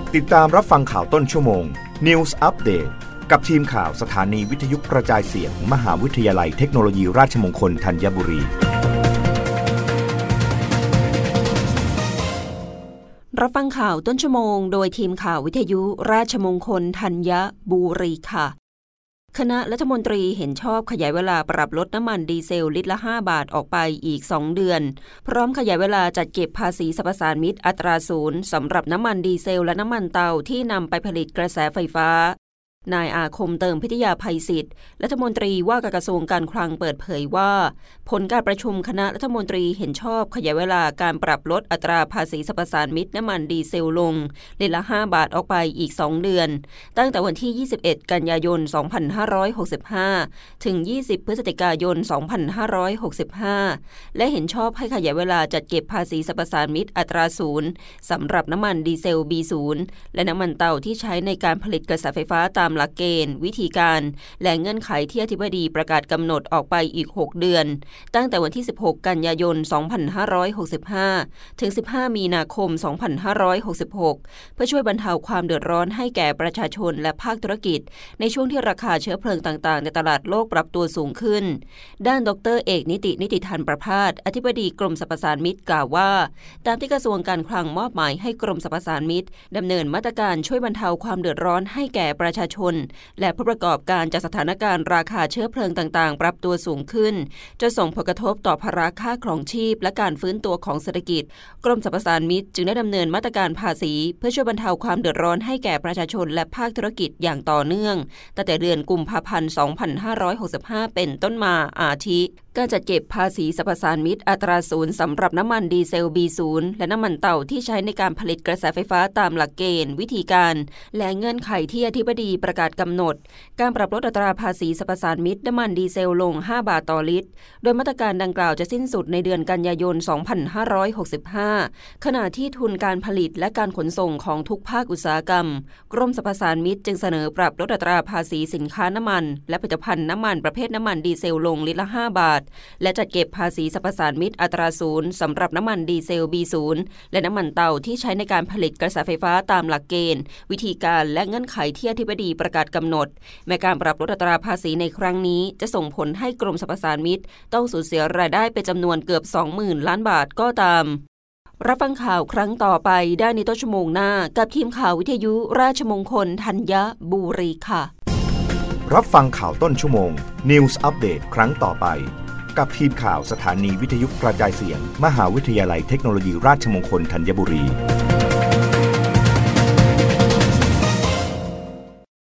ติดตามรับฟังข่าวต้นชั่วโมง News Update กับทีมข่าวสถานีวิทยุกระจายเสียง มหาวิทยาลัยเทคโนโลยีราชมงคลธัญบุรีรับฟังข่าวต้นชั่วโมงโดยทีมข่าววิทยุราชมงคลธัญบุรีค่ะคณะรัฐมนตรีเห็นชอบขยายเวลาปรับลดน้ำมันดีเซลลิตรละ5 บาทออกไปอีก2เดือนพร้อมขยายเวลาจัดเก็บภาษีสรรพสามิตอัตราศูนย์สำหรับน้ำมันดีเซลและน้ำมันเตาที่นำไปผลิตกระแสไฟฟ้านายอาคมเติมพิทยาภัยศิษย์รัฐมนตรีว่าการกระทรวงการคลังเปิดเผยว่าผลการประชุมคณะรัฐมนตรีเห็นชอบขยายเวลาการปรับลดอัตราภาษีสรรพสามิตน้ำมันดีเซลลงลิตรละ5 บาทออกไปอีก2เดือนตั้งแต่วันที่21กันยายน2565ถึง20พฤศจิกายน2565และเห็นชอบให้ขยายเวลาจัดเก็บภาษีสรรพสามิตอัตราศูนย์สำหรับน้ำมันดีเซล B0 และน้ำมันเตาที่ใช้ในการผลิตกระแสไฟฟ้าตามหลักเกณฑ์วิธีการและเงื่อนไขที่อธิบดีประกาศกำหนดออกไปอีก6เดือนตั้งแต่วันที่16กันยายน2565ถึง15มีนาคม2566เพื่อช่วยบรรเทาความเดือดร้อนให้แก่ประชาชนและภาคธุรกิจในช่วงที่ราคาเชื้อเพลิงต่างๆในตลาดโลกปรับตัวสูงขึ้นด้านดร.เอกนิติธันประภาสอธิบดีกรมสรรพสามิตกล่าวว่าตามที่กระทรวงการคลังมอบหมายให้กรมสรรพสามิตดำเนินมาตรการช่วยบรรเทาความเดือดร้อนให้แก่ประชาชนและผู้ประกอบการจากสถานการณ์ราคาเชื้อเพลิงต่างๆปรับตัวสูงขึ้นจะส่งผลกระทบต่อภาระค่าครองชีพและการฟื้นตัวของเศรษฐกิจกรมสรรพสามิตจึงได้ดำเนินมาตรการภาษีเพื่อช่วยบรรเทาความเดือดร้อนให้แก่ประชาชนและภาคธุรกิจอย่างต่อเนื่องตั้งแต่เดือนกุมภาพันธ์2565เป็นต้นมาอาทิการจัดเก็บภาษีสรรพสามิตอัตราศูนย์สำหรับน้ำมันดีเซล B0 และน้ำมันเตาที่ใช้ในการผลิตกระแสไฟฟ้าตามหลักเกณฑ์วิธีการและเงื่อนไขที่อธิบดีประกาศกำหนดการปรับลดอัตราภาษีสรรพสามิตน้ำมันดีเซลลง5 บาทต่อลิตรโดยมาตรการดังกล่าวจะสิ้นสุดในเดือนกันยายน2565ขณะที่ทุนการผลิตและการขนส่งของทุกภาคอุตสาหกรรมกรมสรรพสามิตจึงเสนอปรับลดอัตราภาษีสินค้าน้ำมันและผลิตภัณฑ์น้ำมันประเภทน้ำมันดีเซลลงลิตรละ5 บาทและจัดเก็บภาษีสรรพสามิตอัตราศูนย์สำหรับน้ำมันดีเซล B0 และน้ำมันเตาที่ใช้ในการผลิตกระแสไฟฟ้าตามหลักเกณฑ์วิธีการและเงื่อนไขที่อธิบดีประกาศกำหนดแม้การปรับลดอัตราภาษีในครั้งนี้จะส่งผลให้กรมสรรพสามิตต้องสูญเสียรายได้เป็นจำนวนเกือบ 20,000 ล้านบาทก็ตามรับฟังข่าวครั้งต่อไปได้ในต้นชั่วโมงหน้ากับทีมข่าววิทยุราชมงคลธัญบุรีค่ะรับฟังข่าวต้นชั่วโมง News Update ครั้งต่อไปกับทีมข่าวสถานีวิทยุกระจายเสียง มหาวิทยาลัยเทคโนโลยีราชมงคลธัญบุรี